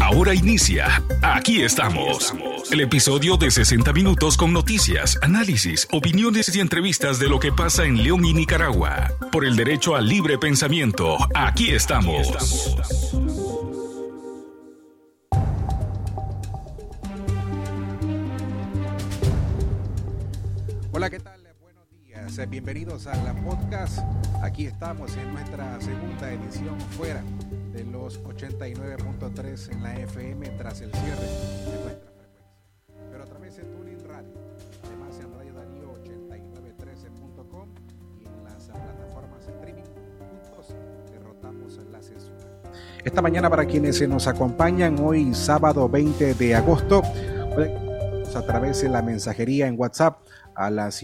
Ahora inicia. Aquí estamos. El episodio de 60 minutos con noticias, análisis, opiniones y entrevistas de lo que pasa en León y Nicaragua. Por el derecho al libre pensamiento. Aquí estamos. Hola, ¿qué tal? Buenos días. Bienvenidos a la podcast. Aquí estamos en nuestra segunda edición fuera de los 89.3 en la FM tras el cierre de nuestra frecuencia. Pero a través de Tuning Radio, además en Radio Darío 8913.com y en las plataformas streaming, juntos derrotamos la censura. Esta mañana, para quienes se nos acompañan hoy sábado 20 de agosto, a través de la mensajería en WhatsApp a las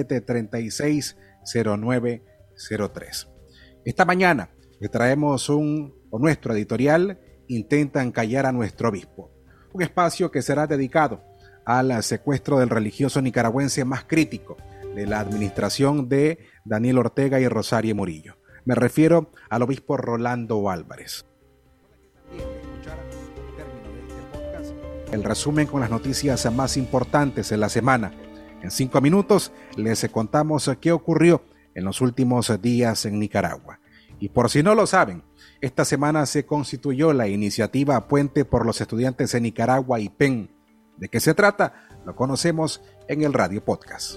77360903. Esta mañana le traemos nuestro editorial Intentan callar a nuestro obispo, un espacio que será dedicado al secuestro del religioso nicaragüense más crítico de la administración de Daniel Ortega y Rosario Murillo. Me refiero al obispo Rolando Álvarez. El resumen con las noticias más importantes de la semana. En 5 minutos les contamos qué ocurrió en los últimos días en Nicaragua. Y por si no lo saben, esta semana se constituyó la iniciativa Puente por los Estudiantes de Nicaragua y PEN. ¿De qué se trata? Lo conocemos en el Radio Podcast.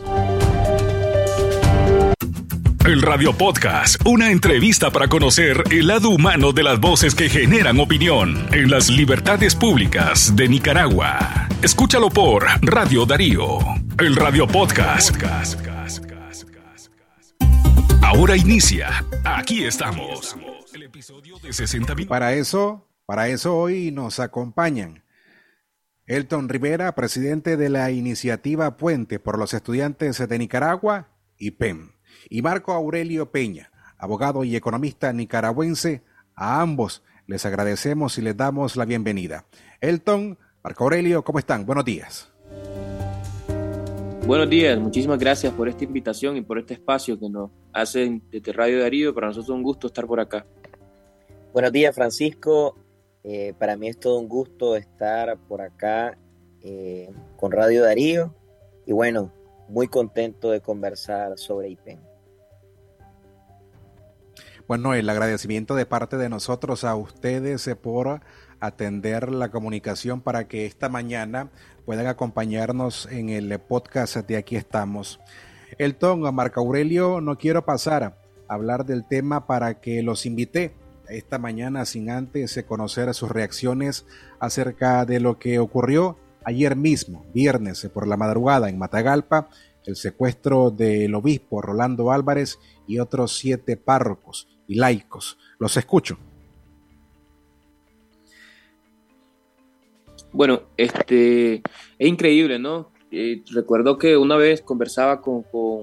El Radio Podcast, una entrevista para conocer el lado humano de las voces que generan opinión en las libertades públicas de Nicaragua. Escúchalo por Radio Darío. El Radio Podcast. Ahora inicia. Aquí estamos. El episodio de 60 minutos. Para eso hoy nos acompañan Elton Rivera, presidente de la iniciativa Puente por los Estudiantes de Nicaragua y PEN, y Marco Aurelio Peña, abogado y economista nicaragüense. A ambos les agradecemos y les damos la bienvenida. Elton, Marco Aurelio, ¿cómo están? Buenos días. Buenos días, muchísimas gracias por esta invitación y por este espacio que nos hacen desde Radio Darío. Para nosotros es un gusto estar por acá. Buenos días, Francisco. Para mí es todo un gusto estar por acá con Radio Darío y bueno, muy contento de conversar sobre IPEN. Bueno, el agradecimiento de parte de nosotros a ustedes por atender la comunicación para que esta mañana puedan acompañarnos en el podcast de Aquí Estamos. Elton, Marco Aurelio, no quiero pasar a hablar del tema para que los invité esta mañana sin antes conocer sus reacciones acerca de lo que ocurrió ayer mismo, viernes por la madrugada en Matagalpa, el secuestro del obispo Rolando Álvarez y otros 7 párrocos y laicos. Los escucho. Bueno, es increíble, ¿no? Recuerdo que una vez conversaba con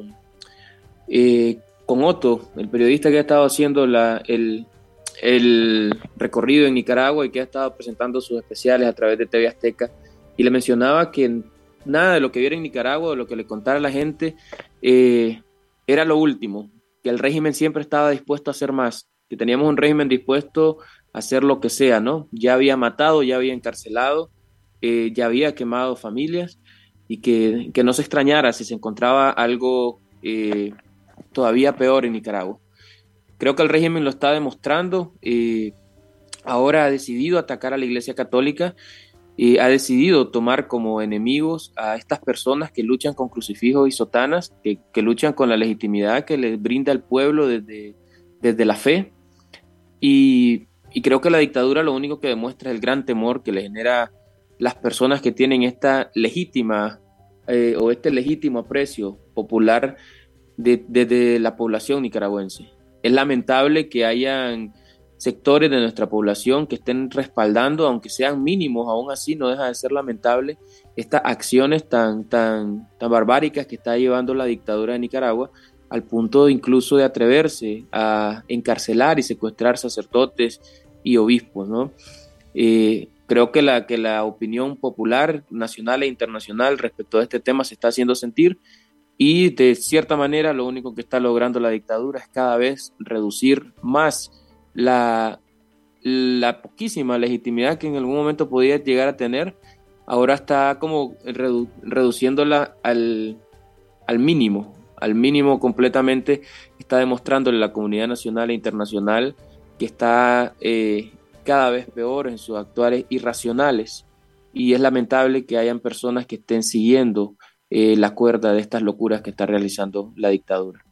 Otto, el periodista que ha estado haciendo el recorrido en Nicaragua y que ha estado presentando sus especiales a través de TV Azteca, y le mencionaba que nada de lo que viera en Nicaragua, de lo que le contara a la gente, era lo último, que el régimen siempre estaba dispuesto a hacer más, que teníamos un régimen dispuesto a hacer lo que sea, ¿no? Ya había matado, ya había encarcelado, ya había quemado familias, y que no se extrañara si se encontraba algo todavía peor en Nicaragua. Creo que el régimen lo está demostrando. Ahora ha decidido atacar a la Iglesia Católica, ha decidido tomar como enemigos a estas personas que luchan con crucifijos y sotanas, que luchan con la legitimidad que les brinda el pueblo desde la fe. Y creo que la dictadura lo único que demuestra es el gran temor que le genera las personas que tienen esta legítima o este legítimo aprecio popular de la población nicaragüense. Es lamentable que hayan sectores de nuestra población que estén respaldando, aunque sean mínimos, aún así no deja de ser lamentable estas acciones tan barbáricas que está llevando la dictadura de Nicaragua, al punto incluso de atreverse a encarcelar y secuestrar sacerdotes y obispos, ¿no? Creo que la opinión popular nacional e internacional respecto a este tema se está haciendo sentir, y de cierta manera lo único que está logrando la dictadura es cada vez reducir más la la poquísima legitimidad que en algún momento podía llegar a tener, ahora está como reduciéndola al mínimo completamente. Está demostrándole a la comunidad nacional e internacional que está cada vez peor en sus actuales irracionales, y es lamentable que hayan personas que estén siguiendo la cuerda de estas locuras que está realizando la dictadura.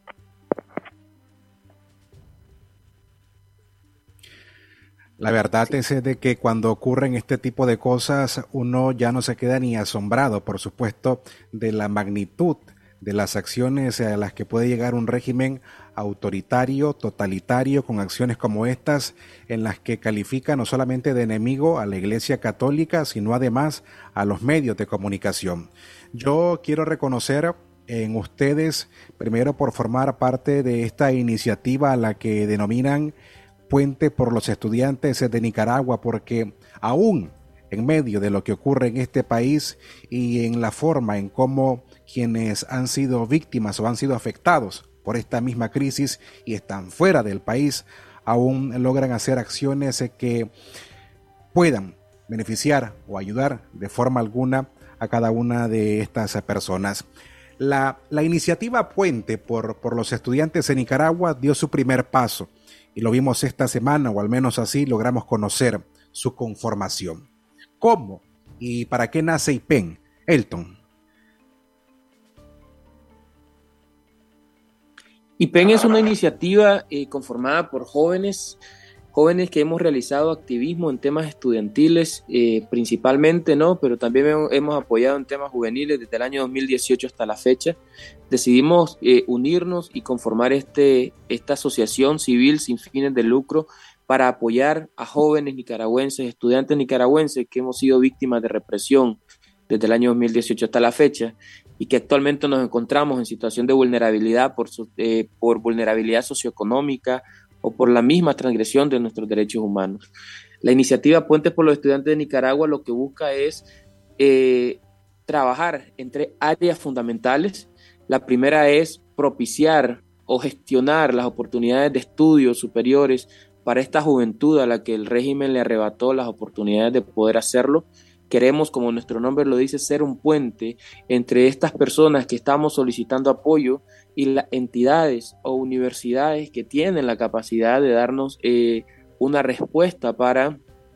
La verdad es de que cuando ocurren este tipo de cosas, uno ya no se queda ni asombrado, por supuesto, de la magnitud de las acciones a las que puede llegar un régimen autoritario, totalitario, con acciones como estas, en las que califica no solamente de enemigo a la Iglesia Católica, sino además a los medios de comunicación. Yo quiero reconocer en ustedes, primero por formar parte de esta iniciativa a la que denominan Puente por los Estudiantes de Nicaragua, porque aún en medio de lo que ocurre en este país y en la forma en cómo quienes han sido víctimas o han sido afectados por esta misma crisis y están fuera del país, aún logran hacer acciones que puedan beneficiar o ayudar de forma alguna a cada una de estas personas. La iniciativa Puente por los Estudiantes de Nicaragua dio su primer paso, y lo vimos esta semana, o al menos así logramos conocer su conformación. ¿Cómo y para qué nace IPEN? Elton. IPEN es una iniciativa conformada por jóvenes que hemos realizado activismo en temas estudiantiles, principalmente, ¿no? Pero también hemos apoyado en temas juveniles desde el año 2018 hasta la fecha. Decidimos unirnos y conformar esta asociación civil sin fines de lucro para apoyar a jóvenes nicaragüenses, estudiantes nicaragüenses que hemos sido víctimas de represión desde el año 2018 hasta la fecha, y que actualmente nos encontramos en situación de vulnerabilidad por vulnerabilidad socioeconómica o por la misma transgresión de nuestros derechos humanos. La iniciativa Puentes por los Estudiantes de Nicaragua lo que busca es trabajar entre áreas fundamentales. La primera es propiciar o gestionar las oportunidades de estudios superiores para esta juventud a la que el régimen le arrebató las oportunidades de poder hacerlo. Queremos, como nuestro nombre lo dice, ser un puente entre estas personas que estamos solicitando apoyo y las entidades o universidades que tienen la capacidad de darnos una respuesta para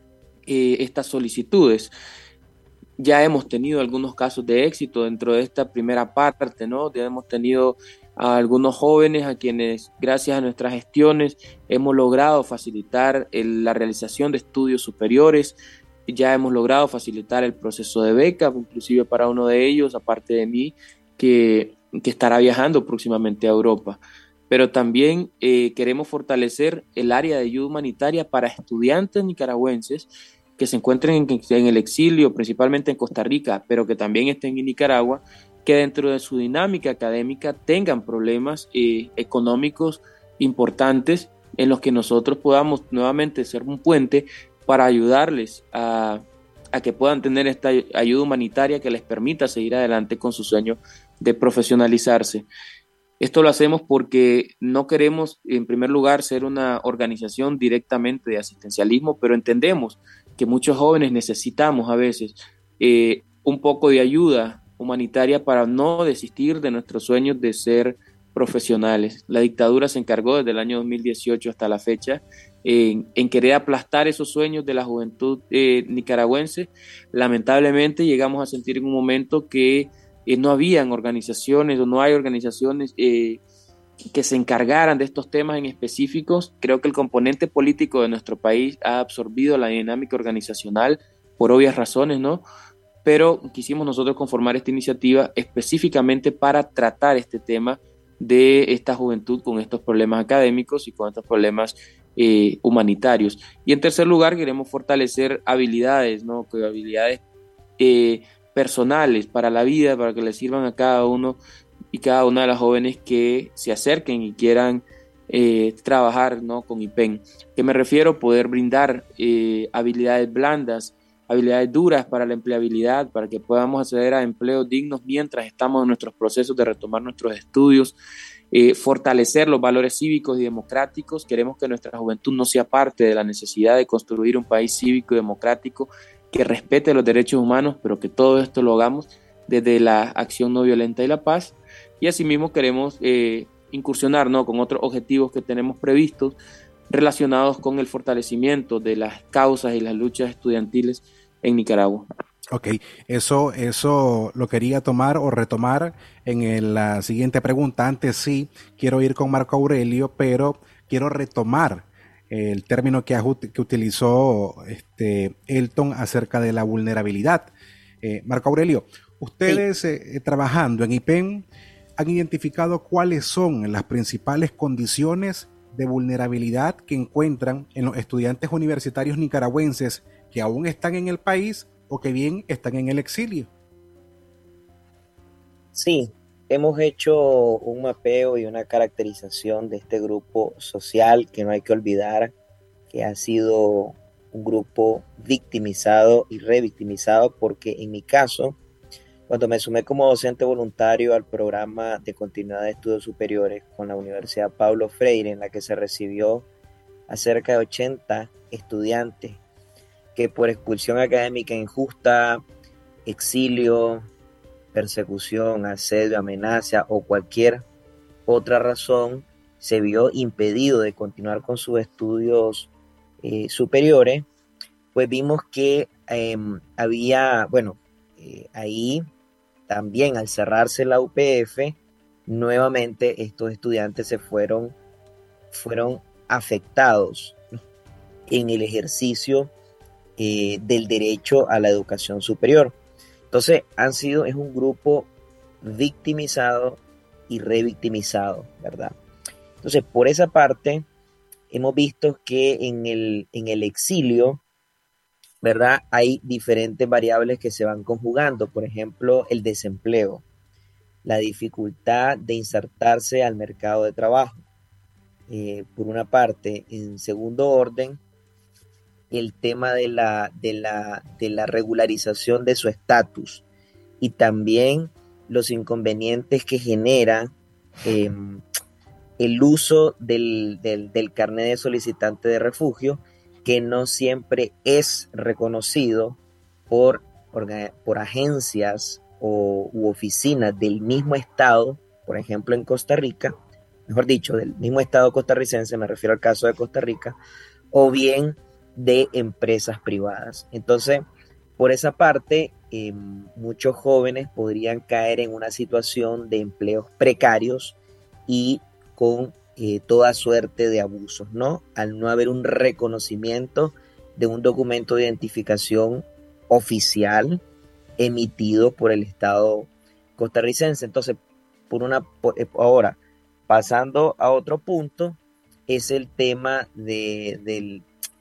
estas solicitudes. Ya hemos tenido algunos casos de éxito dentro de esta primera parte, ¿no? Ya hemos tenido a algunos jóvenes a quienes, gracias a nuestras gestiones, hemos logrado facilitar la realización de estudios superiores. Ya hemos logrado facilitar el proceso de beca, inclusive para uno de ellos, aparte de mí, que estará viajando próximamente a Europa. Pero también queremos fortalecer el área de ayuda humanitaria para estudiantes nicaragüenses que se encuentren en el exilio, principalmente en Costa Rica, pero que también estén en Nicaragua, que dentro de su dinámica académica tengan problemas económicos importantes, en los que nosotros podamos nuevamente ser un puente para ayudarles a que puedan tener esta ayuda humanitaria que les permita seguir adelante con su sueño de profesionalizarse. Esto lo hacemos porque no queremos, en primer lugar, ser una organización directamente de asistencialismo, pero entendemos que muchos jóvenes necesitamos a veces un poco de ayuda humanitaria para no desistir de nuestros sueños de ser profesionales. La dictadura se encargó desde el año 2018 hasta la fecha en querer aplastar esos sueños de la juventud nicaragüense. Lamentablemente llegamos a sentir en un momento que no habían organizaciones o no hay organizaciones que se encargaran de estos temas en específicos. Creo que el componente político de nuestro país ha absorbido la dinámica organizacional por obvias razones, ¿no? Pero quisimos nosotros conformar esta iniciativa específicamente para tratar este tema de esta juventud con estos problemas académicos y con estos problemas humanitarios. Y en tercer lugar, queremos fortalecer habilidades, ¿no? Habilidades personales para la vida, para que les sirvan a cada uno y cada una de las jóvenes que se acerquen y quieran trabajar, ¿no? Con IPEN. ¿Qué me refiero? Poder brindar habilidades blandas habilidades duras para la empleabilidad, para que podamos acceder a empleos dignos mientras estamos en nuestros procesos de retomar nuestros estudios, fortalecer los valores cívicos y democráticos. Queremos que nuestra juventud no sea parte de la necesidad de construir un país cívico y democrático que respete los derechos humanos, pero que todo esto lo hagamos desde la acción no violenta y la paz. Y asimismo queremos incursionar, ¿no?, con otros objetivos que tenemos previstos relacionados con el fortalecimiento de las causas y las luchas estudiantiles en Nicaragua. Ok, eso lo quería tomar o retomar en la siguiente pregunta. Antes sí, quiero ir con Marco Aurelio, pero quiero retomar el término que utilizó Elton acerca de la vulnerabilidad. Marco Aurelio, ustedes trabajando en IPEN han identificado cuáles son las principales condiciones de vulnerabilidad que encuentran en los estudiantes universitarios nicaragüenses que aún están en el país o que bien están en el exilio. Sí, hemos hecho un mapeo y una caracterización de este grupo social que no hay que olvidar que ha sido un grupo victimizado y revictimizado, porque en mi caso, cuando me sumé como docente voluntario al programa de continuidad de estudios superiores con la Universidad Paulo Freire, en la que se recibió a cerca de 80 estudiantes que por expulsión académica injusta, exilio, persecución, asedio, amenaza o cualquier otra razón se vio impedido de continuar con sus estudios superiores, pues vimos que había, ahí también al cerrarse la UPF, nuevamente estos estudiantes fueron afectados en el ejercicio del derecho a la educación superior. Entonces es un grupo victimizado y revictimizado, ¿verdad? Entonces, por esa parte, hemos visto que en el exilio, ¿verdad?, hay diferentes variables que se van conjugando. Por ejemplo, el desempleo, la dificultad de insertarse al mercado de trabajo. Por una parte, en segundo orden, el tema de la regularización de su estatus y también los inconvenientes que genera el uso del carnet de solicitante de refugio, que no siempre es reconocido por agencias u oficinas del mismo estado, por ejemplo en Costa Rica, mejor dicho, del mismo estado costarricense, me refiero al caso de Costa Rica, o bien de empresas privadas. Entonces, por esa parte, muchos jóvenes podrían caer en una situación de empleos precarios y con toda suerte de abusos, ¿no? Al no haber un reconocimiento de un documento de identificación oficial emitido por el Estado costarricense. Entonces, ahora, pasando a otro punto, es el tema de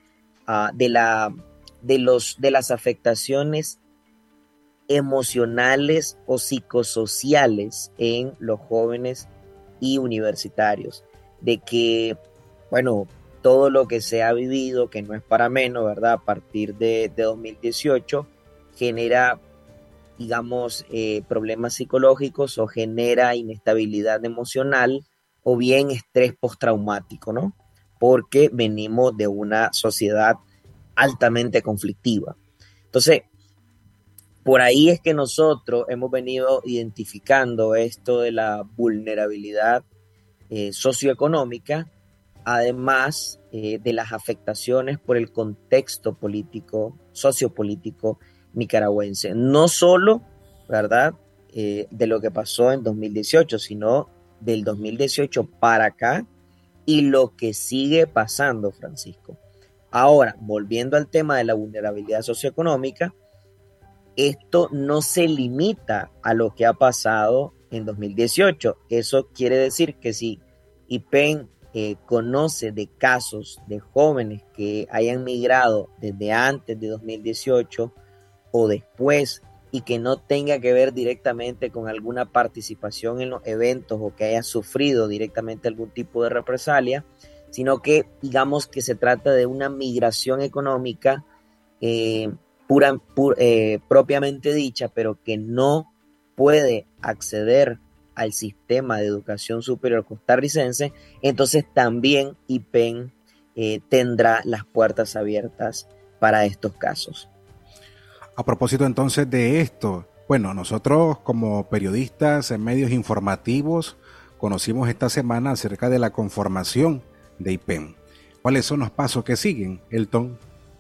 las afectaciones emocionales o psicosociales en los jóvenes y universitarios, de que, todo lo que se ha vivido, que no es para menos, ¿verdad?, a partir de 2018, genera, problemas psicológicos o genera inestabilidad emocional o bien estrés postraumático, ¿no? Porque venimos de una sociedad altamente conflictiva. Entonces, por ahí es que nosotros hemos venido identificando esto de la vulnerabilidad socioeconómica, además de las afectaciones por el contexto político, sociopolítico nicaragüense. No solo, ¿verdad?, de lo que pasó en 2018, sino del 2018 para acá y lo que sigue pasando, Francisco. Ahora, volviendo al tema de la vulnerabilidad socioeconómica, esto no se limita a lo que ha pasado en 2018. Eso quiere decir que si IPEN conoce de casos de jóvenes que hayan migrado desde antes de 2018 o después y que no tenga que ver directamente con alguna participación en los eventos o que haya sufrido directamente algún tipo de represalia, sino que digamos que se trata de una migración económica propiamente dicha, pero que no puede acceder al sistema de educación superior costarricense, entonces también IPEN tendrá las puertas abiertas para estos casos. A propósito entonces de esto, bueno, nosotros como periodistas en medios informativos conocimos esta semana acerca de la conformación de IPEN. ¿Cuáles son los pasos que siguen, Elton?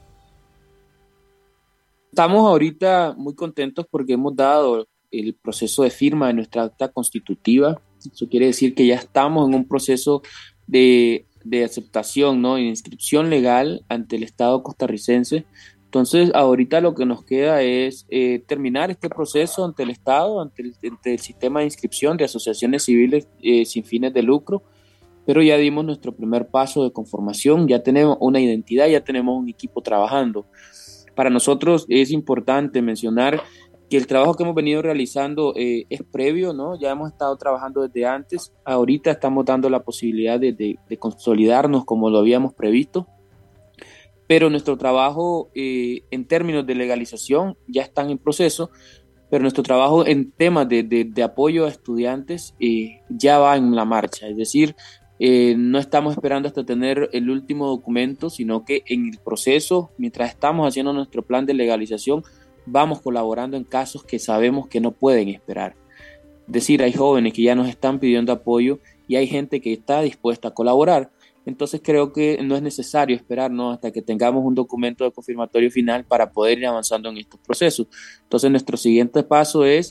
Estamos ahorita muy contentos porque hemos dado el proceso de firma de nuestra acta constitutiva. Eso quiere decir que ya estamos en un proceso de aceptación, ¿no? Y de inscripción legal ante el Estado costarricense. Entonces, ahorita lo que nos queda es terminar este proceso ante el Estado, ante el sistema de inscripción de asociaciones civiles sin fines de lucro, pero ya dimos nuestro primer paso de conformación, ya tenemos una identidad, ya tenemos un equipo trabajando. Para nosotros es importante mencionar que el trabajo que hemos venido realizando es previo, ¿no? Ya hemos estado trabajando desde antes, ahorita estamos dando la posibilidad de consolidarnos como lo habíamos previsto, pero nuestro trabajo en términos de legalización ya están en proceso, pero nuestro trabajo en temas de apoyo a estudiantes ya va en la marcha, es decir, no estamos esperando hasta tener el último documento, sino que en el proceso, mientras estamos haciendo nuestro plan de legalización, vamos colaborando en casos que sabemos que no pueden esperar. Es decir, hay jóvenes que ya nos están pidiendo apoyo y hay gente que está dispuesta a colaborar. Entonces creo que no es necesario esperarnos hasta que tengamos un documento de confirmatorio final para poder ir avanzando en estos procesos. Entonces nuestro siguiente paso es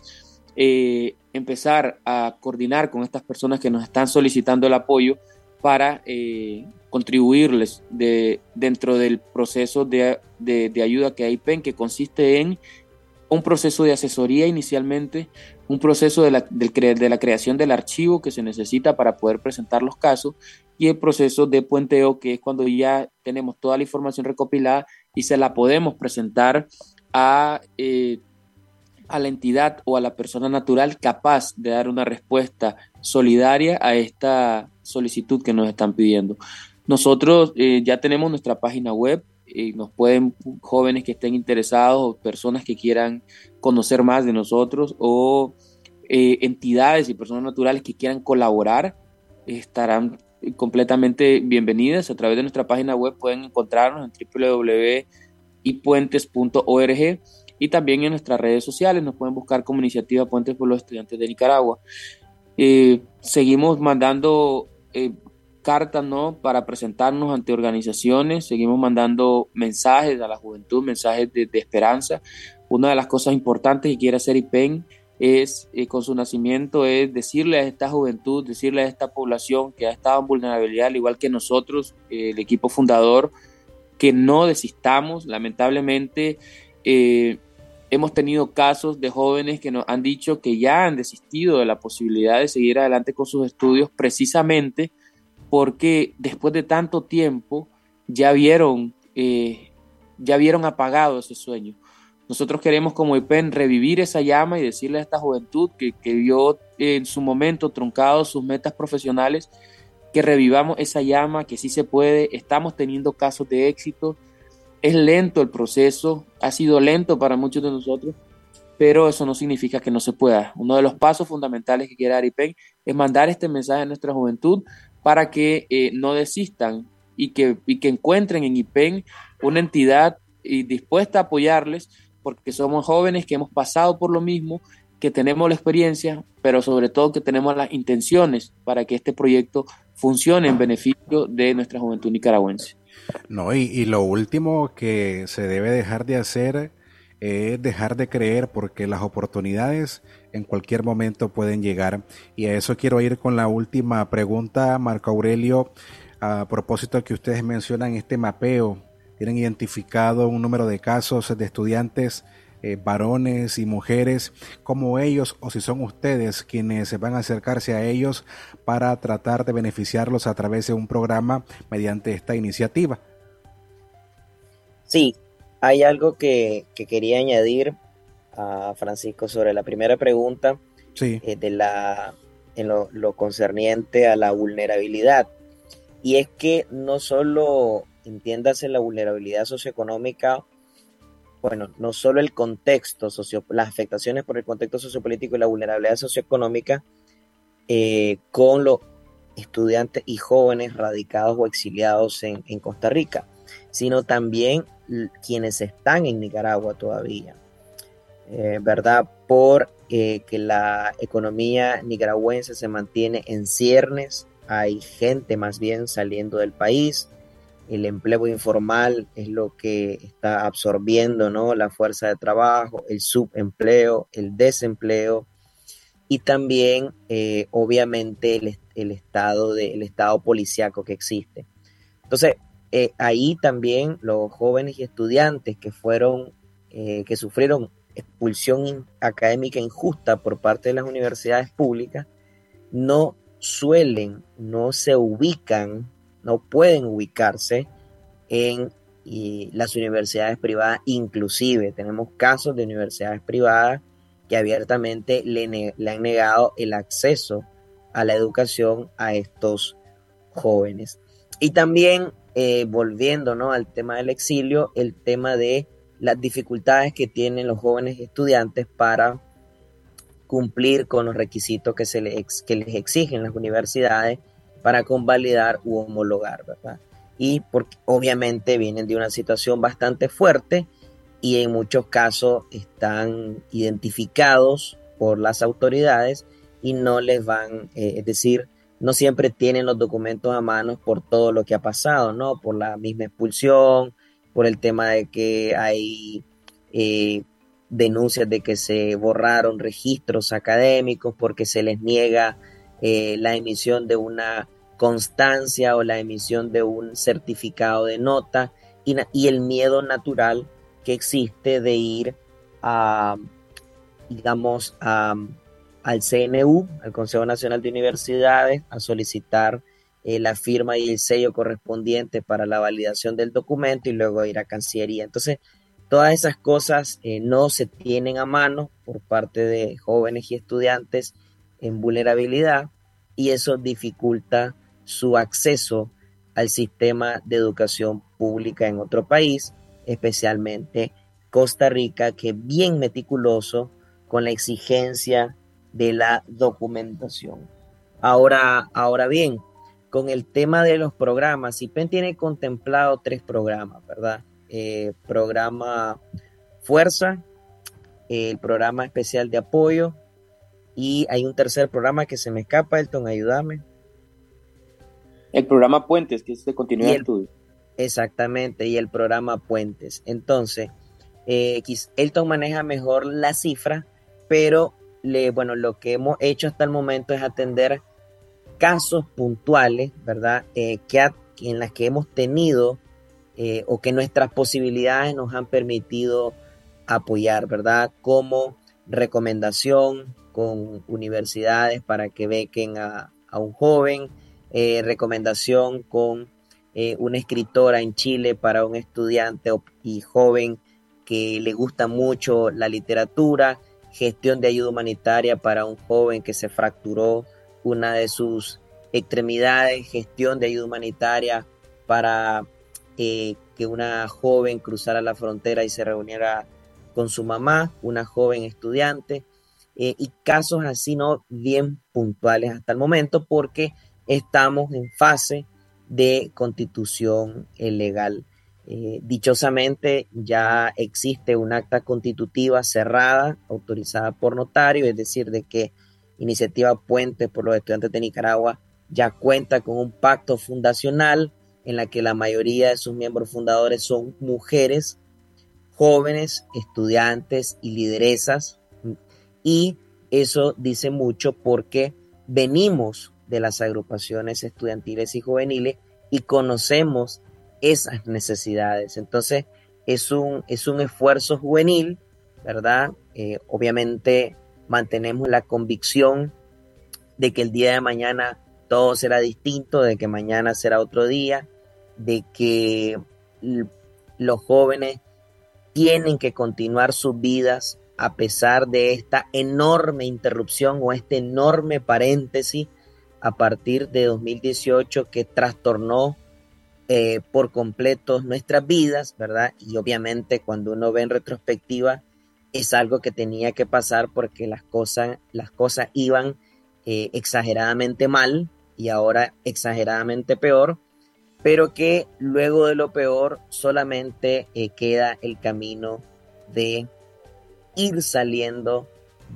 empezar a coordinar con estas personas que nos están solicitando el apoyo para contribuirles dentro del proceso de ayuda que hay IPEN, que consiste en un proceso de asesoría inicialmente, un proceso de la creación del archivo que se necesita para poder presentar los casos, y el proceso de puenteo, que es cuando ya tenemos toda la información recopilada y se la podemos presentar a la entidad o a la persona natural capaz de dar una respuesta solidaria a esta solicitud que nos están pidiendo. Nosotros ya tenemos nuestra página web, nos pueden, jóvenes que estén interesados o personas que quieran conocer más de nosotros o entidades y personas naturales que quieran colaborar, estarán completamente bienvenidas. A través de nuestra página web pueden encontrarnos en www.ipuentes.org y también en nuestras redes sociales nos pueden buscar como Iniciativa Puentes por los Estudiantes de Nicaragua. Seguimos mandando cartas, ¿no?, para presentarnos ante organizaciones, seguimos mandando mensajes a la juventud, mensajes de esperanza. Una de las cosas importantes que quiere hacer IPEN es, con su nacimiento, es decirle a esta juventud, decirle a esta población que ha estado en vulnerabilidad, al igual que nosotros, el equipo fundador, que no desistamos. Lamentablemente, hemos tenido casos de jóvenes que nos han dicho que ya han desistido de la posibilidad de seguir adelante con sus estudios, precisamente porque después de tanto tiempo ya vieron apagado ese sueño. Nosotros queremos como IPEN revivir esa llama y decirle a esta juventud que vio en su momento truncado sus metas profesionales, que revivamos esa llama, que sí se puede. Estamos teniendo casos de éxito. Es lento el proceso, ha sido lento para muchos de nosotros, pero eso no significa que no se pueda. Uno de los pasos fundamentales que quiere dar IPEN es mandar este mensaje a nuestra juventud para que no desistan y que encuentren en IPEN una entidad dispuesta a apoyarles, porque somos jóvenes que hemos pasado por lo mismo, que tenemos la experiencia, pero sobre todo que tenemos las intenciones para que este proyecto funcione en beneficio de nuestra juventud nicaragüense. No, y lo último que se debe dejar de hacer es dejar de creer, porque las oportunidades en cualquier momento pueden llegar. Y a eso quiero ir con la última pregunta, Marco Aurelio, a propósito de que ustedes mencionan este mapeo. Tienen identificado un número de casos de estudiantes, varones y mujeres, como ellos, o si son ustedes quienes van a acercarse a ellos para tratar de beneficiarlos a través de un programa mediante esta iniciativa. Sí, hay algo que quería añadir a Francisco sobre la primera pregunta, sí, en lo concerniente a la vulnerabilidad. Y es que no solo entiéndase la vulnerabilidad socioeconómica bueno, no solo el contexto, las afectaciones por el contexto sociopolítico y la vulnerabilidad socioeconómica con los estudiantes y jóvenes radicados o exiliados en Costa Rica, sino también quienes están en Nicaragua todavía, ¿verdad? Por que la economía nicaragüense se mantiene en ciernes, hay gente más bien saliendo del país, el empleo informal es lo que está absorbiendo, ¿no?, la fuerza de trabajo, el subempleo, el desempleo y también obviamente el estado policíaco que existe. Entonces, ahí también los jóvenes y estudiantes que sufrieron expulsión académica injusta por parte de las universidades públicas, no se ubican, no pueden ubicarse en las universidades privadas. Inclusive tenemos casos de universidades privadas que abiertamente le han negado el acceso a la educación a estos jóvenes. Y también, volviendo, ¿no?, al tema del exilio, el tema de las dificultades que tienen los jóvenes estudiantes para cumplir con los requisitos que les exigen las universidades para convalidar u homologar, ¿verdad? Y porque obviamente vienen de una situación bastante fuerte y en muchos casos están identificados por las autoridades y no les van, es decir, no siempre tienen los documentos a mano por todo lo que ha pasado, ¿no? Por la misma expulsión, por el tema de que hay denuncias de que se borraron registros académicos, porque se les niega la emisión de una constancia o la emisión de un certificado de nota y el miedo natural que existe de ir al CNU, al Consejo Nacional de Universidades, a solicitar la firma y el sello correspondiente para la validación del documento y luego ir a Cancillería. Entonces, todas esas cosas no se tienen a mano por parte de jóvenes y estudiantes en vulnerabilidad y eso dificulta su acceso al sistema de educación pública en otro país, especialmente Costa Rica, que es bien meticuloso con la exigencia de la documentación. Ahora bien, con el tema de los programas, CIPEN tiene contemplado 3 programas, ¿verdad? Programa Fuerza, el programa especial de apoyo y hay un tercer programa que se me escapa, Elton, ayúdame. El programa Puentes, que es de continuidad de estudio. Exactamente, y el programa Puentes. Entonces, Elton maneja mejor la cifra, pero lo que hemos hecho hasta el momento es atender casos puntuales, ¿verdad? En las que hemos tenido o que nuestras posibilidades nos han permitido apoyar, ¿verdad? Como recomendación con universidades para que bequen a un joven, recomendación con una escritora en Chile para un estudiante y joven que le gusta mucho la literatura, gestión de ayuda humanitaria para un joven que se fracturó una de sus extremidades, gestión de ayuda humanitaria para que una joven cruzara la frontera y se reuniera con su mamá, una joven estudiante, y casos así, ¿no?, bien puntuales hasta el momento porque estamos en fase de constitución legal. Dichosamente ya existe un acta constitutiva cerrada, autorizada por notario, es decir, de que Iniciativa Puentes por los Estudiantes de Nicaragua ya cuenta con un pacto fundacional en la que la mayoría de sus miembros fundadores son mujeres, jóvenes, estudiantes y lideresas, y eso dice mucho porque venimos de las agrupaciones estudiantiles y juveniles y conocemos esas necesidades. Entonces es un esfuerzo juvenil, ¿verdad? Obviamente mantenemos la convicción de que el día de mañana todo será distinto, de que mañana será otro día, de que los jóvenes tienen que continuar sus vidas a pesar de esta enorme interrupción o este enorme paréntesis a partir de 2018 que trastornó por completo nuestras vidas, ¿verdad? Y obviamente cuando uno ve en retrospectiva es algo que tenía que pasar porque las cosas iban exageradamente mal y ahora exageradamente peor, pero que luego de lo peor solamente queda el camino de ir saliendo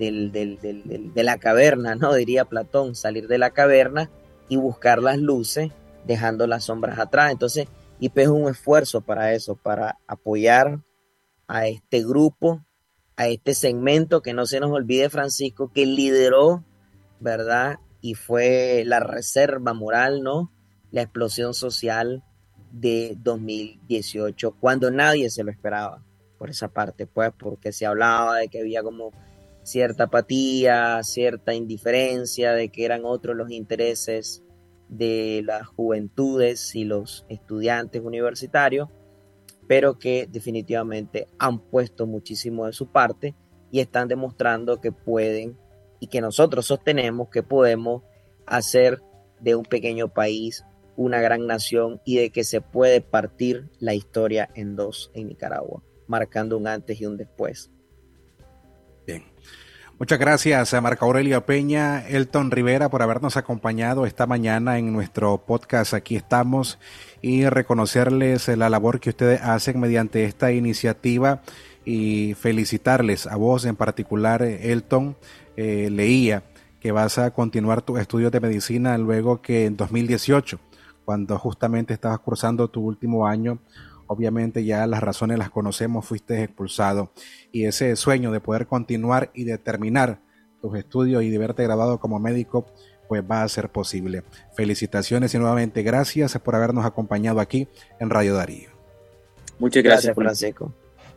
de la caverna, ¿no? Diría Platón, salir de la caverna y buscar las luces, dejando las sombras atrás. Entonces, IP es un esfuerzo para eso, para apoyar a este grupo, a este segmento que no se nos olvide, Francisco, que lideró, ¿verdad? Y fue la reserva moral, ¿no? La explosión social de 2018, cuando nadie se lo esperaba, por esa parte, pues, porque se hablaba de que había como cierta apatía, cierta indiferencia, de que eran otros los intereses de las juventudes y los estudiantes universitarios, pero que definitivamente han puesto muchísimo de su parte y están demostrando que pueden, y que nosotros sostenemos que podemos hacer de un pequeño país una gran nación y de que se puede partir la historia en dos en Nicaragua, marcando un antes y un después. Bien. Muchas gracias a Marco Aurelio Peña, Elton Rivera, por habernos acompañado esta mañana en nuestro podcast. Aquí estamos, y reconocerles la labor que ustedes hacen mediante esta iniciativa y felicitarles a vos en particular, Elton. Leía que vas a continuar tus estudios de medicina luego que en 2018, cuando justamente estabas cursando tu último año, obviamente ya las razones las conocemos, fuiste expulsado, y ese sueño de poder continuar y de terminar tus estudios y de verte graduado como médico, pues va a ser posible. Felicitaciones y nuevamente gracias por habernos acompañado aquí en Radio Darío. Muchas gracias, Francisco.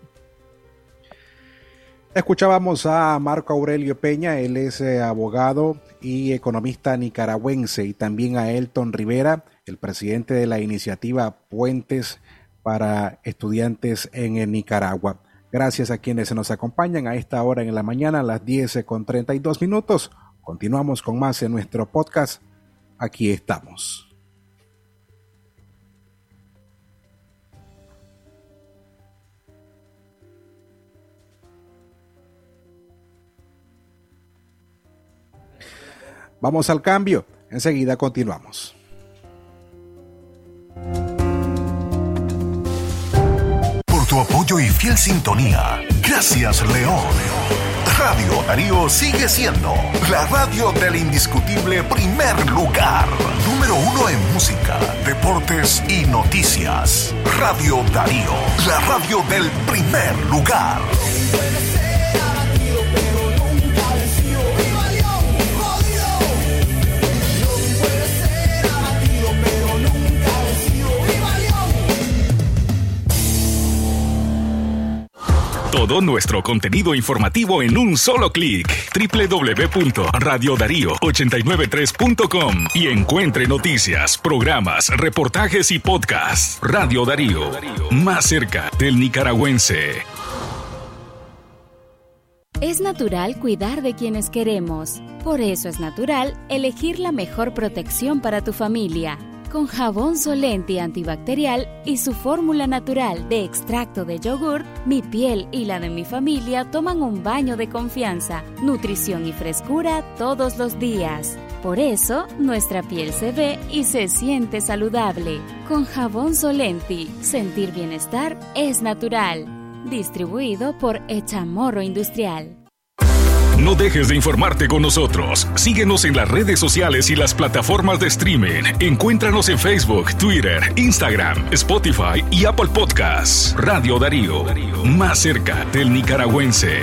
Escuchábamos a Marco Aurelio Peña, él es abogado y economista nicaragüense, y también a Elton Rivera, el presidente de la iniciativa Puentes para Estudiantes en Nicaragua. Gracias a quienes nos acompañan a esta hora en la mañana, a las 10:32. Continuamos con más en nuestro podcast. Aquí estamos. Vamos al cambio, enseguida continuamos. Por tu apoyo y fiel sintonía, gracias, León. Radio Darío sigue siendo la radio del indiscutible primer lugar. Número 1 en música, deportes y noticias. Radio Darío, la radio del primer lugar. Todo nuestro contenido informativo en un solo clic. www.radiodarío893.com y encuentre noticias, programas, reportajes y podcasts. Radio Darío, más cerca del nicaragüense. Es natural cuidar de quienes queremos. Por eso es natural elegir la mejor protección para tu familia. Con jabón Solenti antibacterial y su fórmula natural de extracto de yogur, mi piel y la de mi familia toman un baño de confianza, nutrición y frescura todos los días. Por eso, nuestra piel se ve y se siente saludable. Con jabón Solenti, sentir bienestar es natural. Distribuido por Echamorro Industrial. No dejes de informarte con nosotros. Síguenos en las redes sociales y las plataformas de streaming. Encuéntranos en Facebook, Twitter, Instagram, Spotify y Apple Podcasts. Radio Darío, más cerca del nicaragüense.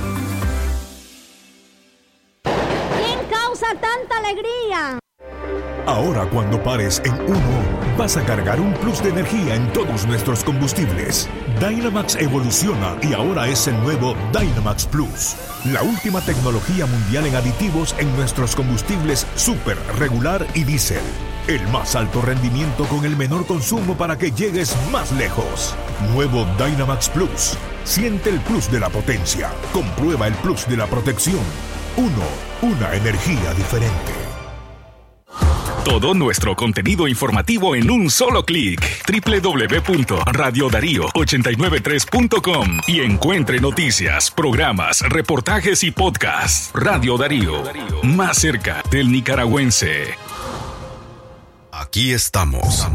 ¿Quién causa tanta alegría? Ahora, cuando pares en uno, vas a cargar un plus de energía en todos nuestros combustibles. Dynamax evoluciona y ahora es el nuevo Dynamax Plus. La última tecnología mundial en aditivos en nuestros combustibles super, regular y diésel. El más alto rendimiento con el menor consumo para que llegues más lejos. Nuevo Dynamax Plus. Siente el plus de la potencia. Comprueba el plus de la protección. Una energía diferente. Todo nuestro contenido informativo en un solo clic. www.radiodarío893.com y encuentre noticias, programas, reportajes y podcasts. Radio Darío, más cerca del nicaragüense. Aquí estamos.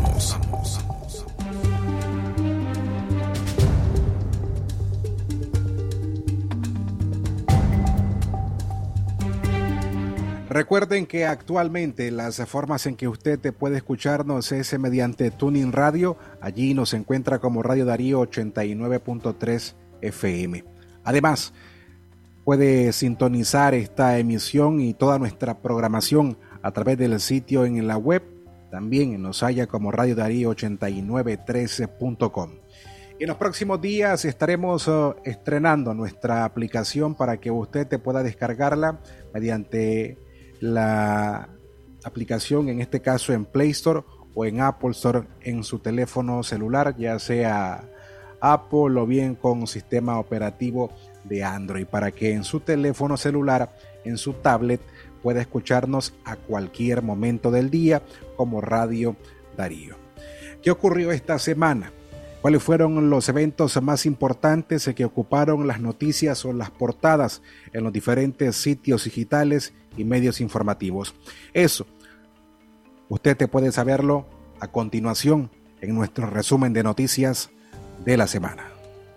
Recuerden que actualmente las formas en que usted puede escucharnos es mediante Tuning Radio. Allí nos encuentra como Radio Darío 89.3 FM. Además, puede sintonizar esta emisión y toda nuestra programación a través del sitio en la web. También nos halla como Radio Darío 8913.com. En los próximos días estaremos estrenando nuestra aplicación para que usted pueda descargarla mediante la aplicación, en este caso en Play Store o en Apple Store en su teléfono celular, ya sea Apple o bien con sistema operativo de Android, para que en su teléfono celular, en su tablet, pueda escucharnos a cualquier momento del día como Radio Darío. ¿Qué ocurrió esta semana? ¿Cuáles fueron los eventos más importantes que ocuparon las noticias o las portadas en los diferentes sitios digitales y medios informativos? Eso, usted puede saberlo a continuación en nuestro resumen de noticias de la semana.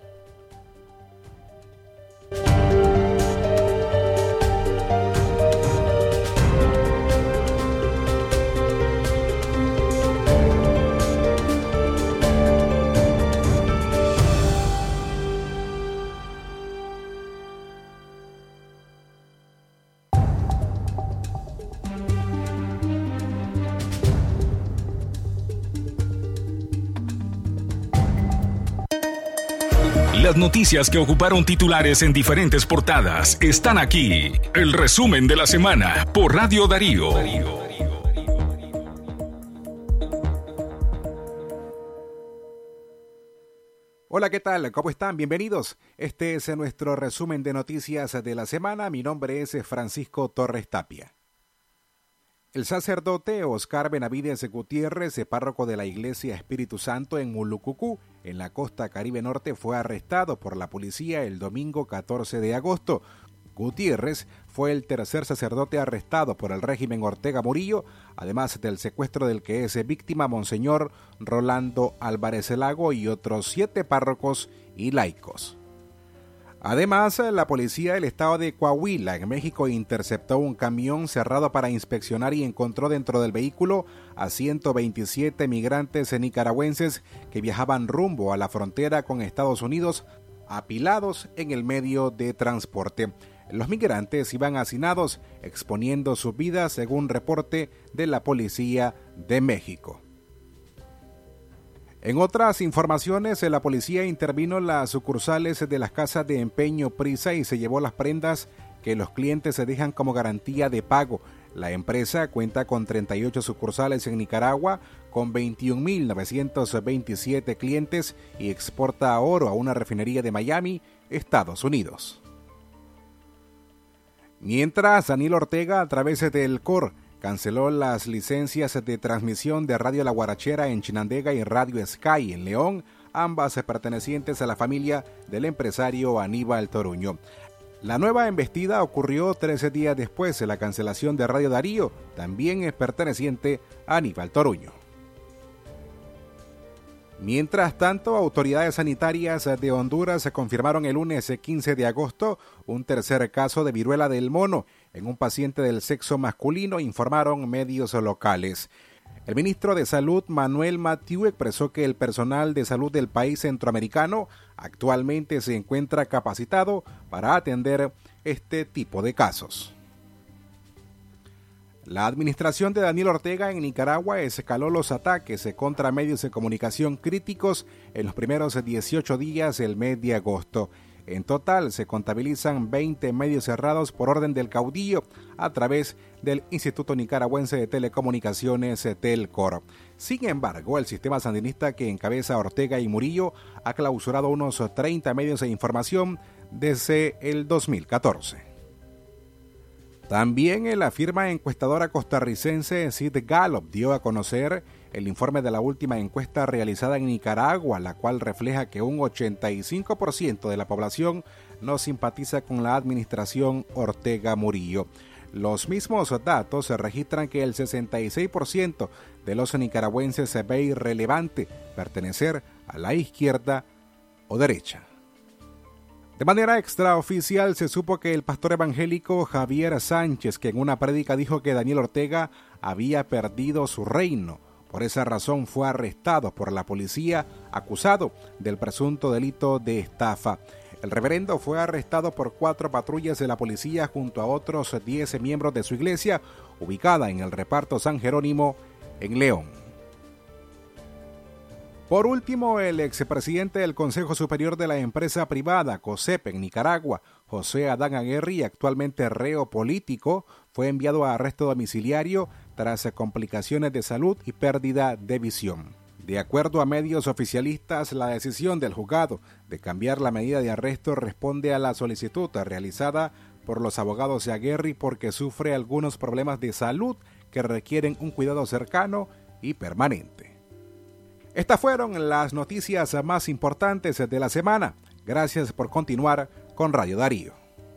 Las noticias que ocuparon titulares en diferentes portadas están aquí. El resumen de la semana por Radio Darío. Hola, ¿qué tal? ¿Cómo están? Bienvenidos. Este es nuestro resumen de noticias de la semana. Mi nombre es Francisco Torres Tapia. El sacerdote Oscar Benavides Gutiérrez, párroco de la Iglesia Espíritu Santo en Mulucucú, en la costa Caribe Norte, fue arrestado por la policía el domingo 14 de agosto. Gutiérrez fue el tercer sacerdote arrestado por el régimen Ortega Murillo, además del secuestro del que es víctima Monseñor Rolando Álvarez Lago y otros 7 párrocos y laicos. Además, la policía del estado de Coahuila, en México, interceptó un camión cerrado para inspeccionar y encontró dentro del vehículo a 127 migrantes nicaragüenses que viajaban rumbo a la frontera con Estados Unidos, apilados en el medio de transporte. Los migrantes iban hacinados, exponiendo sus vidas, según reporte de la Policía de México. En otras informaciones, la policía intervino en las sucursales de las casas de empeño Prisa y se llevó las prendas que los clientes se dejan como garantía de pago. La empresa cuenta con 38 sucursales en Nicaragua, con 21.927 clientes y exporta oro a una refinería de Miami, Estados Unidos. Mientras, Daniel Ortega, a través del COR, canceló las licencias de transmisión de Radio La Guarachera en Chinandega y Radio Sky en León, ambas pertenecientes a la familia del empresario Aníbal Toruño. La nueva embestida ocurrió 13 días después de la cancelación de Radio Darío, también es perteneciente a Aníbal Toruño. Mientras tanto, autoridades sanitarias de Honduras confirmaron el lunes 15 de agosto un tercer caso de viruela del mono en un paciente del sexo masculino, informaron medios locales. El ministro de Salud, Manuel Mathieu, expresó que el personal de salud del país centroamericano actualmente se encuentra capacitado para atender este tipo de casos. La administración de Daniel Ortega en Nicaragua escaló los ataques contra medios de comunicación críticos en los primeros 18 días del mes de agosto. En total se contabilizan 20 medios cerrados por orden del caudillo a través del Instituto Nicaragüense de Telecomunicaciones, Telcor. Sin embargo, el sistema sandinista que encabeza Ortega y Murillo ha clausurado unos 30 medios de información desde el 2014. También la firma encuestadora costarricense Sid Gallup dio a conocer el informe de la última encuesta realizada en Nicaragua, la cual refleja que un 85% de la población no simpatiza con la administración Ortega Murillo. Los mismos datos registran que el 66% de los nicaragüenses se ve irrelevante pertenecer a la izquierda o derecha. De manera extraoficial se supo que el pastor evangélico Javier Sánchez, que en una prédica dijo que Daniel Ortega había perdido su reino, por esa razón fue arrestado por la policía acusado del presunto delito de estafa. El reverendo fue arrestado por 4 patrullas de la policía junto a otros 10 miembros de su iglesia, ubicada en el reparto San Jerónimo, en León. Por último, el expresidente del Consejo Superior de la empresa privada COSEP en Nicaragua, José Adán Aguirre, actualmente reo político, fue enviado a arresto domiciliario tras complicaciones de salud y pérdida de visión. De acuerdo a medios oficialistas, la decisión del juzgado de cambiar la medida de arresto responde a la solicitud realizada por los abogados de Aguirre porque sufre algunos problemas de salud que requieren un cuidado cercano y permanente. Estas fueron las noticias más importantes de la semana. Gracias por continuar con Radio Darío.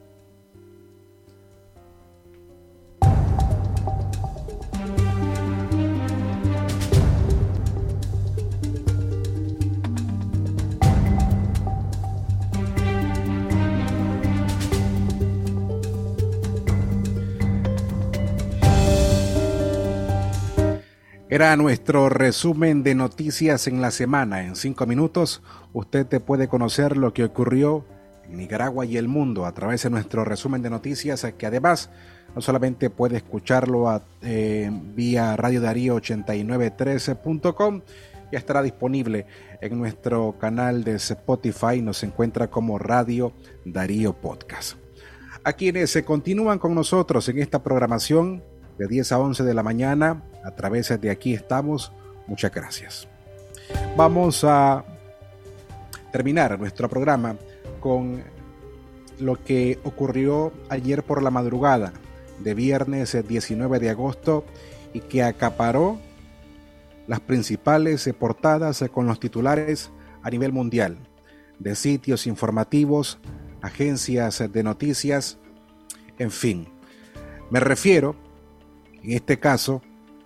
Era nuestro resumen de noticias en la semana. En 5 minutos usted te puede conocer lo que ocurrió en Nicaragua y el mundo a través de nuestro resumen de noticias, que además no solamente puede escucharlo vía Radio Darío 893.com, ya estará disponible en nuestro canal de Spotify, nos encuentra como Radio Darío Podcast. A quienes se continúan con nosotros en esta programación de 10 a 11 de la mañana, a través de Aquí Estamos, muchas gracias. Vamos a terminar nuestro programa con lo que ocurrió ayer por la madrugada de viernes 19 de agosto y que acaparó las principales portadas con los titulares a nivel mundial de sitios informativos, agencias de noticias, en fin. Me refiero en este caso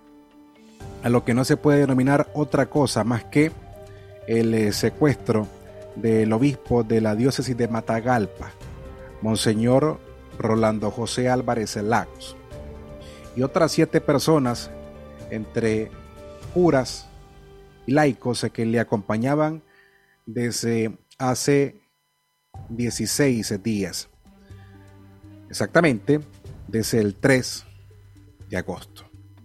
a lo que no se puede denominar otra cosa más que el secuestro del obispo de la diócesis de Matagalpa, Monseñor Rolando José Álvarez Lagos, y otras 7 personas, entre curas y laicos, que le acompañaban desde hace 16 días, exactamente desde el 3 de agosto.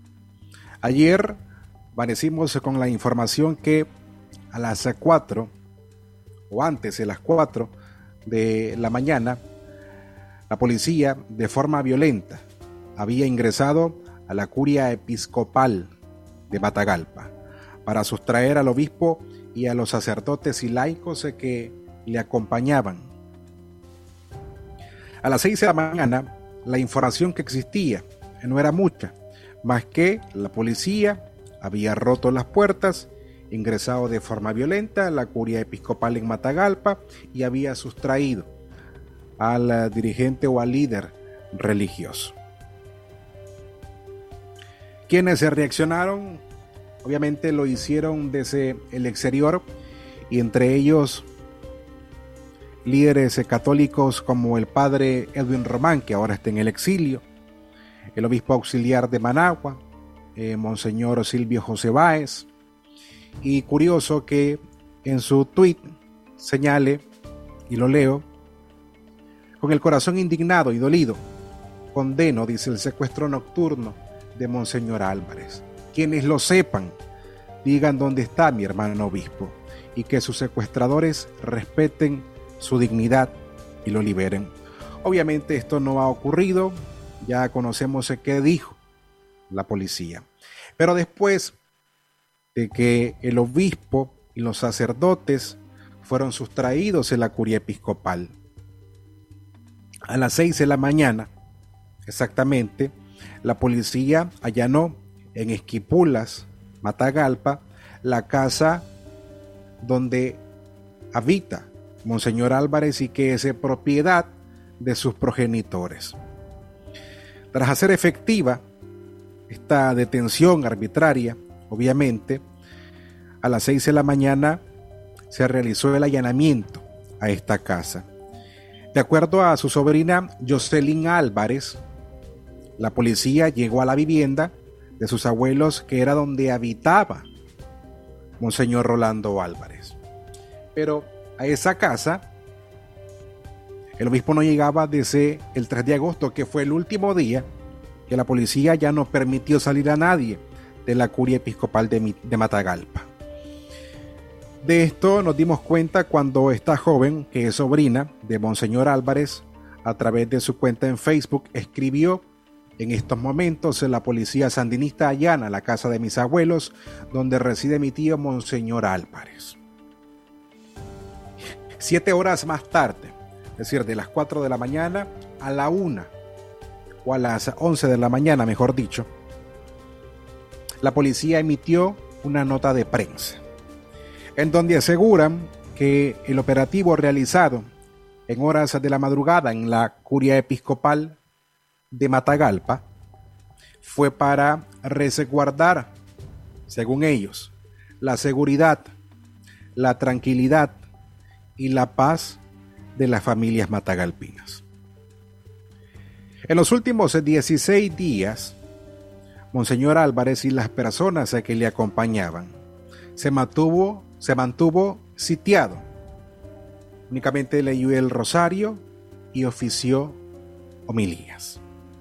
Ayer amanecimos con la información que a las 4 o antes de las 4 de la mañana, la policía de forma violenta había ingresado a la curia episcopal de Matagalpa para sustraer al obispo y a los sacerdotes y laicos que le acompañaban. A las 6 de la mañana, la información que existía no era mucha, más que la policía había roto las puertas, ingresado de forma violenta a la curia episcopal en Matagalpa y había sustraído al dirigente o al líder religioso. Quienes se reaccionaron, obviamente lo hicieron desde el exterior, y entre ellos líderes católicos como el padre Edwin Román, que ahora está en el exilio, el obispo auxiliar de Managua, Monseñor Silvio José Báez, y curioso que en su tuit señale, y lo leo: con el corazón indignado y dolido, condeno, dice, el secuestro nocturno de Monseñor Álvarez. Quienes lo sepan, digan dónde está mi hermano obispo, y que sus secuestradores respeten su dignidad y lo liberen. Obviamente esto no ha ocurrido, ya conocemos qué dijo la policía. Pero después de que el obispo y los sacerdotes fueron sustraídos en la curia episcopal, a las 6 de la mañana, exactamente, la policía allanó en Esquipulas, Matagalpa, la casa donde habita Monseñor Álvarez y que es propiedad de sus progenitores. Tras hacer efectiva esta detención arbitraria, obviamente, a las 6 de la mañana se realizó el allanamiento a esta casa. De acuerdo a su sobrina Jocelyn Álvarez, la policía llegó a la vivienda de sus abuelos, que era donde habitaba Monseñor Rolando Álvarez. Pero a esa casa el obispo no llegaba desde el 3 de agosto, que fue el último día que la policía ya no permitió salir a nadie de la curia episcopal de Matagalpa. De esto nos dimos cuenta cuando esta joven, que es sobrina de Monseñor Álvarez, a través de su cuenta en Facebook, escribió: en estos momentos la policía sandinista allana la casa de mis abuelos, donde reside mi tío Monseñor Álvarez. 7 horas más tarde, es decir, de las 4 de la mañana a la 1 o a las 11 de la mañana, mejor dicho, la policía emitió una nota de prensa en donde aseguran que el operativo realizado en horas de la madrugada en la curia episcopal de Matagalpa fue para resguardar, según ellos, la seguridad, la tranquilidad y la paz de las familias matagalpinas. En los últimos 16 días, Monseñor Álvarez y las personas que le acompañaban se mantuvo sitiado. Únicamente leyó el rosario y ofició homilías.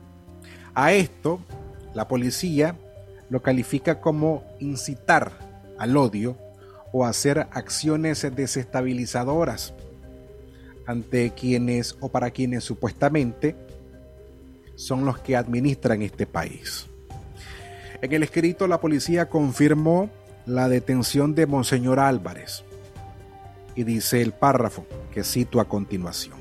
A esto, la policía lo califica como incitar al odio o hacer acciones desestabilizadoras ante quienes o para quienes supuestamente son los que administran este país. En el escrito, la policía confirmó la detención de Monseñor Álvarez y dice el párrafo que cito a continuación: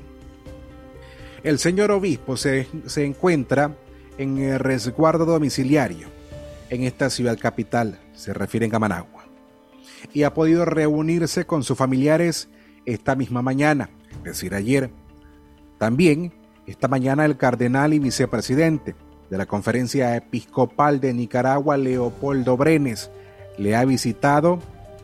el señor obispo se encuentra en el resguardo domiciliario en esta ciudad capital, se refieren a Managua, y ha podido reunirse con sus familiares esta misma mañana, es decir, ayer. También esta mañana el cardenal y vicepresidente de la Conferencia Episcopal de Nicaragua, Leopoldo Brenes, le ha visitado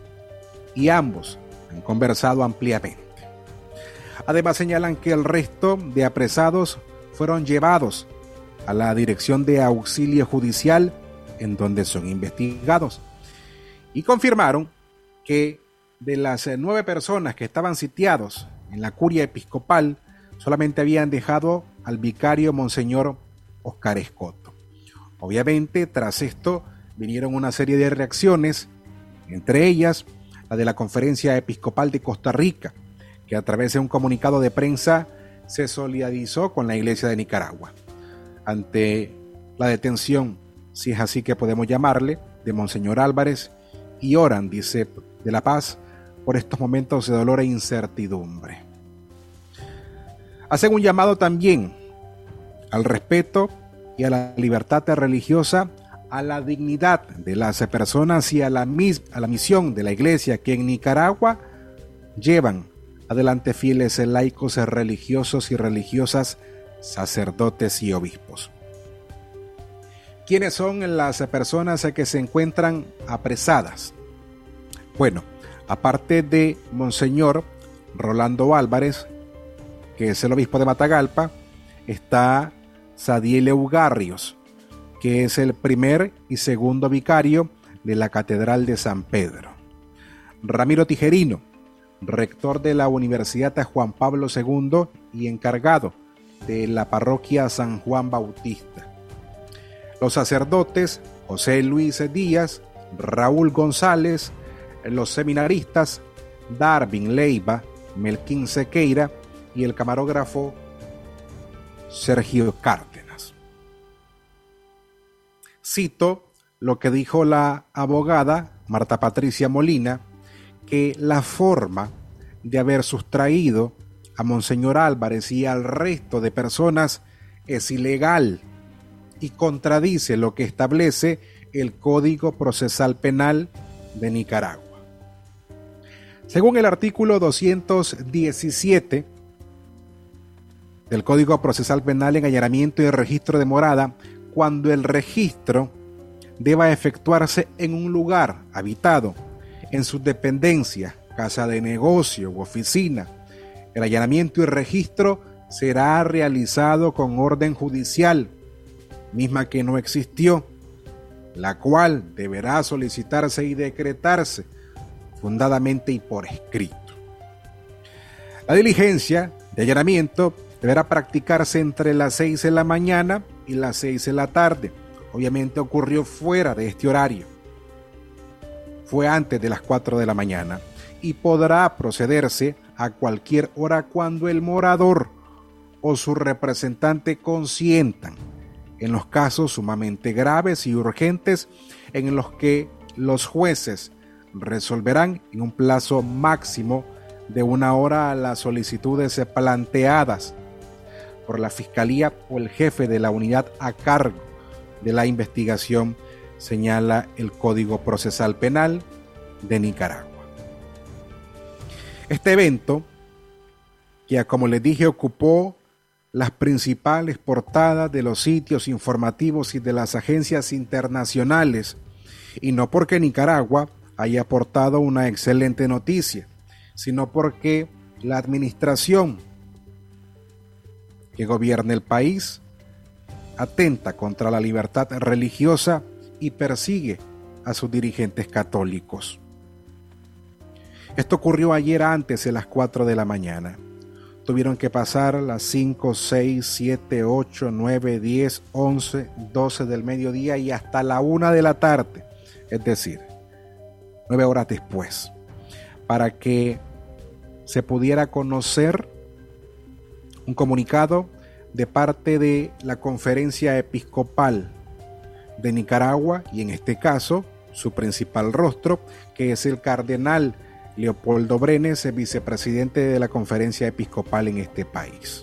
y ambos han conversado ampliamente. Además señalan que el resto de apresados fueron llevados a la Dirección de Auxilio Judicial, en donde son investigados, y confirmaron que de las 9 personas que estaban sitiados en la curia episcopal, solamente habían dejado al vicario Monseñor Oscar Escoto. Obviamente, tras esto vinieron una serie de reacciones, entre ellas la de la Conferencia Episcopal de Costa Rica, que a través de un comunicado de prensa se solidarizó con la Iglesia de Nicaragua ante la detención, si es así que podemos llamarle, de Monseñor Álvarez, y oran, dice, de la paz por estos momentos de dolor e incertidumbre. Hacen un llamado también al respeto y a la libertad religiosa, a la dignidad de las personas y a la misión de la Iglesia, que en Nicaragua llevan adelante fieles laicos, religiosos y religiosas, sacerdotes y obispos. ¿Quiénes son las personas que se encuentran apresadas? Bueno, aparte de Monseñor Rolando Álvarez, que es el obispo de Matagalpa, está Sadiel Eugarrios, que es el primer y segundo vicario de la Catedral de San Pedro. Ramiro Tijerino, rector de la Universidad Juan Pablo II y encargado de la parroquia San Juan Bautista. Los sacerdotes José Luis Díaz, Raúl González, los seminaristas Darwin Leiva, Melquín Sequeira y el camarógrafo Sergio Cárdenas. Cito lo que dijo la abogada Marta Patricia Molina, que la forma de haber sustraído a Monseñor Álvarez y al resto de personas es ilegal y contradice lo que establece el Código Procesal Penal de Nicaragua. Según el artículo 217 del Código Procesal Penal, en allanamiento y registro de morada, cuando el registro deba efectuarse en un lugar habitado, en sus dependencias, casa de negocio u oficina, el allanamiento y registro será realizado con orden judicial, misma que no existió, la cual deberá solicitarse y decretarse fundadamente y por escrito. La diligencia de allanamiento deberá practicarse entre las 6 de la mañana y las 6 de la tarde. Obviamente ocurrió fuera de este horario. Fue antes de las 4 de la mañana y podrá procederse a cualquier hora cuando el morador o su representante consientan, en los casos sumamente graves y urgentes en los que los jueces resolverán en un plazo máximo de 1 hora las solicitudes planteadas por la Fiscalía o el jefe de la unidad a cargo de la investigación, señala el Código Procesal Penal de Nicaragua. Este evento, que como les dije ocupó las principales portadas de los sitios informativos y de las agencias internacionales, y no porque Nicaragua haya aportado una excelente noticia, sino porque la administración que gobierna el país atenta contra la libertad religiosa y persigue a sus dirigentes católicos. Esto ocurrió ayer antes de las 4 de la mañana. Tuvieron que pasar las 5, 6, 7, 8, 9, 10, 11, 12 del mediodía y hasta la 1 de la tarde, es decir, 9 horas después, para que se pudiera conocer un comunicado de parte de la Conferencia Episcopal de Nicaragua y en este caso su principal rostro, que es el cardenal Leopoldo Brenes, vicepresidente de la Conferencia Episcopal en este país.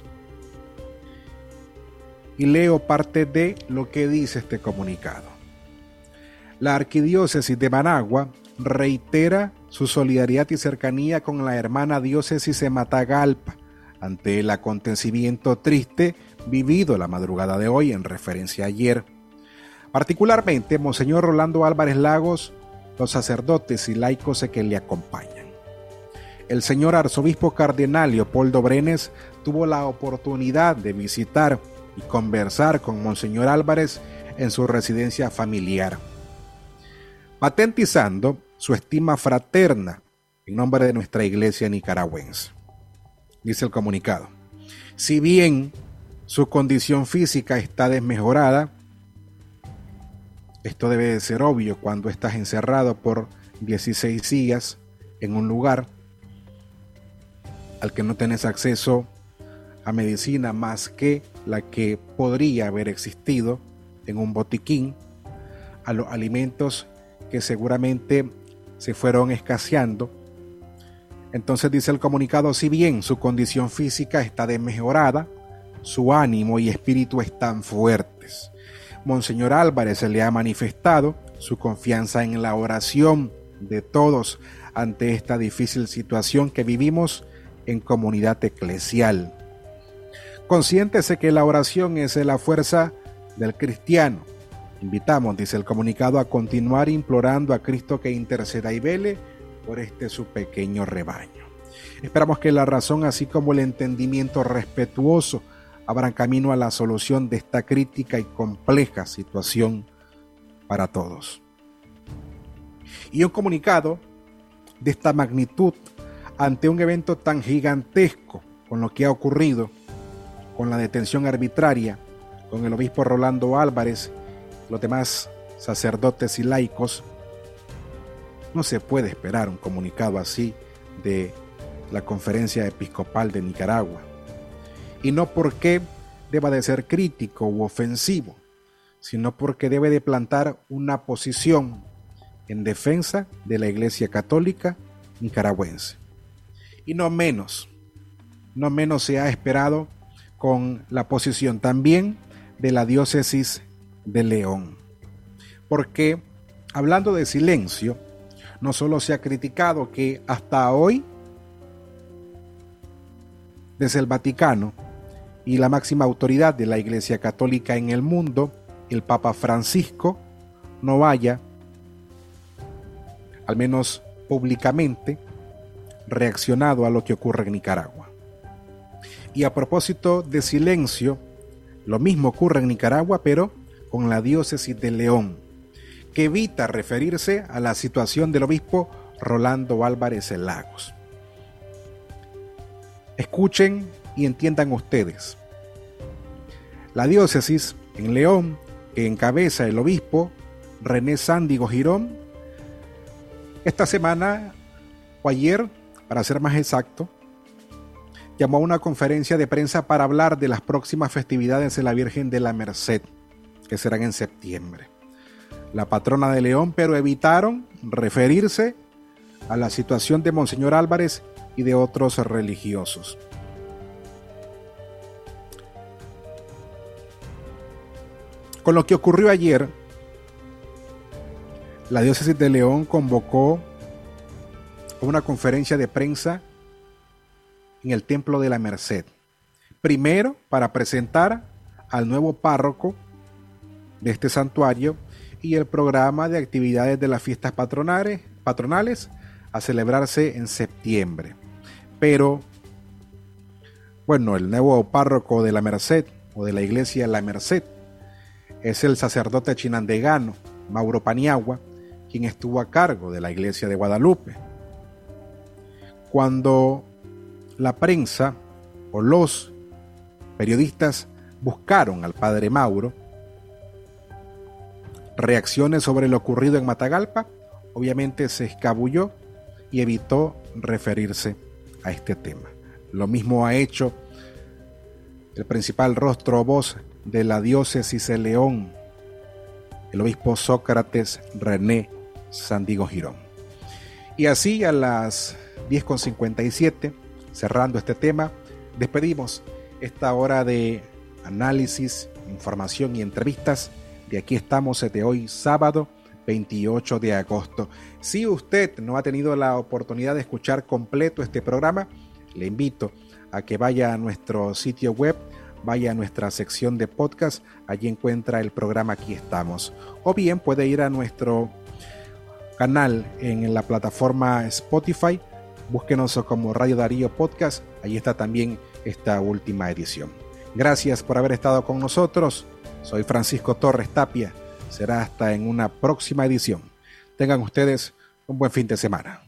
Y leo parte de lo que dice este comunicado. La Arquidiócesis de Managua reitera su solidaridad y cercanía con la hermana diócesis de Matagalpa ante el acontecimiento triste vivido la madrugada de hoy en referencia a ayer. Particularmente, Monseñor Rolando Álvarez Lagos, los sacerdotes y laicos que le acompañan. El señor arzobispo cardenal Leopoldo Brenes tuvo la oportunidad de visitar y conversar con Monseñor Álvarez en su residencia familiar, patentizando su estima fraterna en nombre de nuestra iglesia nicaragüense. Dice el comunicado: si bien su condición física está desmejorada, esto debe de ser obvio cuando estás encerrado por 16 días en un lugar al que no tenés acceso a medicina más que la que podría haber existido en un botiquín, a los alimentos que seguramente se fueron escaseando. Entonces dice el comunicado: si bien su condición física está desmejorada, su ánimo y espíritu están fuertes. Monseñor Álvarez se le ha manifestado su confianza en la oración de todos ante esta difícil situación que vivimos en comunidad eclesial. Consciéntese que la oración es la fuerza del cristiano. Invitamos, dice el comunicado, a continuar implorando a Cristo que interceda y vele por este su pequeño rebaño. Esperamos que la razón, así como el entendimiento respetuoso, abran camino a la solución de esta crítica y compleja situación para todos. Y un comunicado de esta magnitud ante un evento tan gigantesco, con lo que ha ocurrido, con la detención arbitraria, con el obispo Rolando Álvarez, los demás sacerdotes y laicos, no se puede esperar un comunicado así de la Conferencia Episcopal de Nicaragua. Y no porque deba de ser crítico u ofensivo, sino porque debe de plantar una posición en defensa de la Iglesia Católica nicaragüense. Y no menos se ha esperado con la posición también de la diócesis de León. Porque, hablando de silencio, no solo se ha criticado que hasta hoy, desde el Vaticano y la máxima autoridad de la Iglesia Católica en el mundo, el Papa Francisco, no vaya, al menos públicamente, reaccionado a lo que ocurre en Nicaragua. Y a propósito de silencio, lo mismo ocurre en Nicaragua, pero con la diócesis de León, que evita referirse a la situación del obispo Rolando Álvarez Lagos. Escuchen y entiendan ustedes. La diócesis en León, que encabeza el obispo René Sándigo Girón, esta semana o ayer, para ser más exacto, llamó a una conferencia de prensa para hablar de las próximas festividades de la Virgen de la Merced, que serán en septiembre. La patrona de León, pero evitaron referirse a la situación de Monseñor Álvarez y de otros religiosos. Con lo que ocurrió ayer, la diócesis de León convocó una conferencia de prensa en el Templo de la Merced. Primero, para presentar al nuevo párroco de este santuario y el programa de actividades de las fiestas patronales a celebrarse en septiembre. Pero, bueno, el nuevo párroco de la Merced o de la iglesia La Merced es el sacerdote chinandegano Mauro Paniagua, quien estuvo a cargo de la iglesia de Guadalupe. Cuando la prensa o los periodistas buscaron al padre Mauro, reacciones sobre lo ocurrido en Matagalpa, obviamente se escabulló y evitó referirse a este tema. Lo mismo ha hecho el principal rostro o voz de la diócesis de León, el obispo Sócrates René Sándigo Girón. Y así a las 10:57, cerrando este tema, despedimos esta hora de análisis, información y entrevistas. De Aquí Estamos de hoy, sábado 28 de agosto. Si usted no ha tenido la oportunidad de escuchar completo este programa, le invito a que vaya a nuestro sitio web, vaya a nuestra sección de podcast, allí encuentra el programa Aquí Estamos. O bien puede ir a nuestro canal en la plataforma Spotify, búsquenos como Radio Darío Podcast, allí está también esta última edición. Gracias por haber estado con nosotros. Soy Francisco Torres Tapia. Será hasta en una próxima edición. Tengan ustedes un buen fin de semana.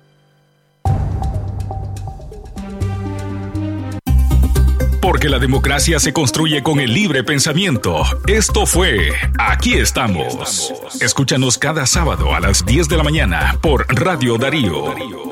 Porque la democracia se construye con el libre pensamiento. Esto fue Aquí Estamos. Escúchanos cada sábado a las 10 de la mañana por Radio Darío.